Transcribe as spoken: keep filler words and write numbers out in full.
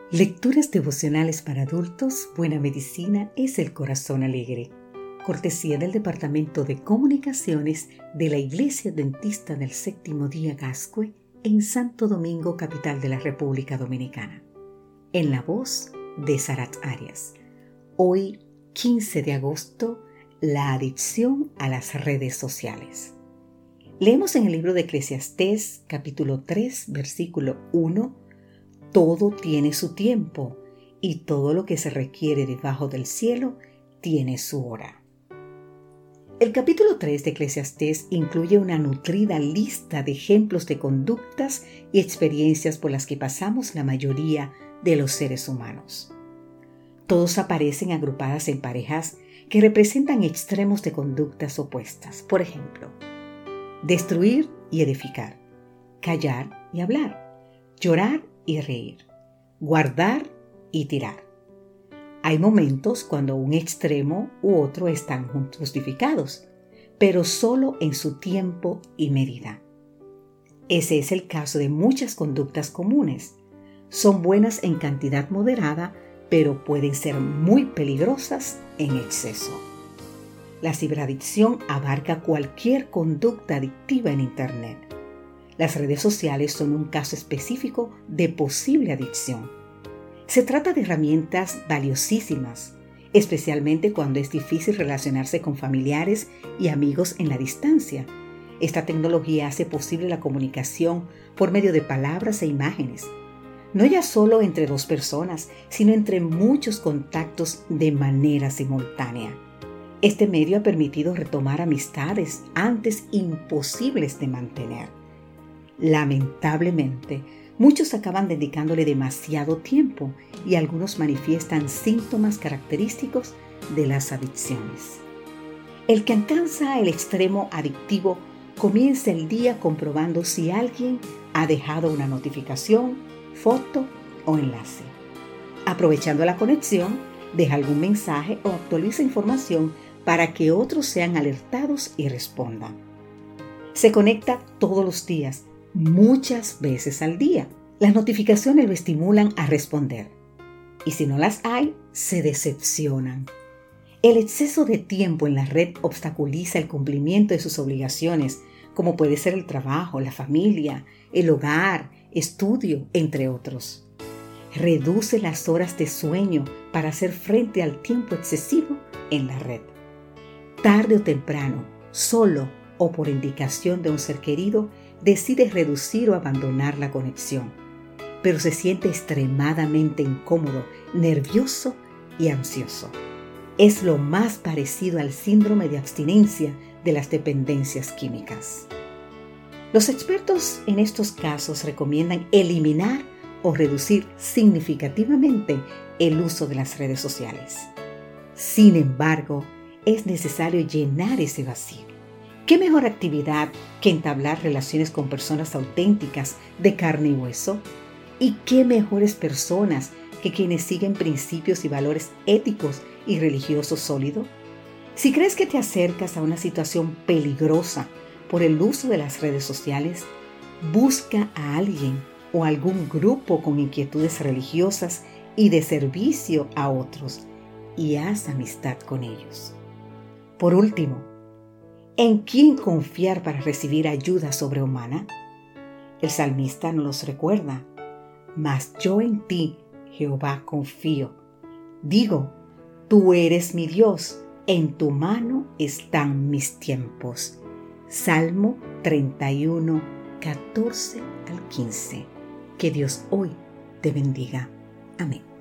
Lecturas devocionales para adultos, Buena Medicina es el Corazón Alegre. Cortesía del Departamento de Comunicaciones de la Iglesia Adventista del Séptimo Día Gascue en Santo Domingo, capital de la República Dominicana. En la voz de Sarat Arias. Hoy, quince de agosto, la adicción a las redes sociales. Leemos en el libro de Eclesiastés, capítulo tres, versículo uno, todo tiene su tiempo y todo lo que se requiere debajo del cielo tiene su hora. El capítulo tres de Eclesiastés incluye una nutrida lista de ejemplos de conductas y experiencias por las que pasamos la mayoría de los seres humanos. Todos aparecen agrupadas en parejas que representan extremos de conductas opuestas. Por ejemplo, destruir y edificar, callar y hablar, llorar y reír, guardar y tirar. Hay momentos cuando un extremo u otro están justificados, pero solo en su tiempo y medida. Ese es el caso de muchas conductas comunes. Son buenas en cantidad moderada, pero pueden ser muy peligrosas en exceso. La ciberadicción abarca cualquier conducta adictiva en Internet. Las redes sociales son un caso específico de posible adicción. Se trata de herramientas valiosísimas, especialmente cuando es difícil relacionarse con familiares y amigos en la distancia. Esta tecnología hace posible la comunicación por medio de palabras e imágenes, no ya solo entre dos personas, sino entre muchos contactos de manera simultánea. Este medio ha permitido retomar amistades antes imposibles de mantener. Lamentablemente, muchos acaban dedicándole demasiado tiempo y algunos manifiestan síntomas característicos de las adicciones. El que alcanza el extremo adictivo comienza el día comprobando si alguien ha dejado una notificación, foto o enlace. Aprovechando la conexión, deja algún mensaje o actualiza información para que otros sean alertados y respondan. Se conecta todos los días, muchas veces al día. Las notificaciones lo estimulan a responder. Y si no las hay, se decepcionan. El exceso de tiempo en la red obstaculiza el cumplimiento de sus obligaciones, como puede ser el trabajo, la familia, el hogar, estudio, entre otros. Reduce las horas de sueño para hacer frente al tiempo excesivo en la red. Tarde o temprano, solo o por indicación de un ser querido, decide reducir o abandonar la conexión, pero se siente extremadamente incómodo, nervioso y ansioso. Es lo más parecido al síndrome de abstinencia de las dependencias químicas. Los expertos en estos casos recomiendan eliminar o reducir significativamente el uso de las redes sociales. Sin embargo, es necesario llenar ese vacío. ¿Qué mejor actividad que entablar relaciones con personas auténticas de carne y hueso? ¿Y qué mejores personas que quienes siguen principios y valores éticos y religiosos sólidos? Si crees que te acercas a una situación peligrosa por el uso de las redes sociales, busca a alguien o algún grupo con inquietudes religiosas y de servicio a otros y haz amistad con ellos. Por último, ¿en quién confiar para recibir ayuda sobrehumana? El salmista nos los recuerda. Mas yo en ti, Jehová, confío. Digo, tú eres mi Dios, en tu mano están mis tiempos. Salmo treinta y uno, catorce al quince. Que Dios hoy te bendiga. Amén.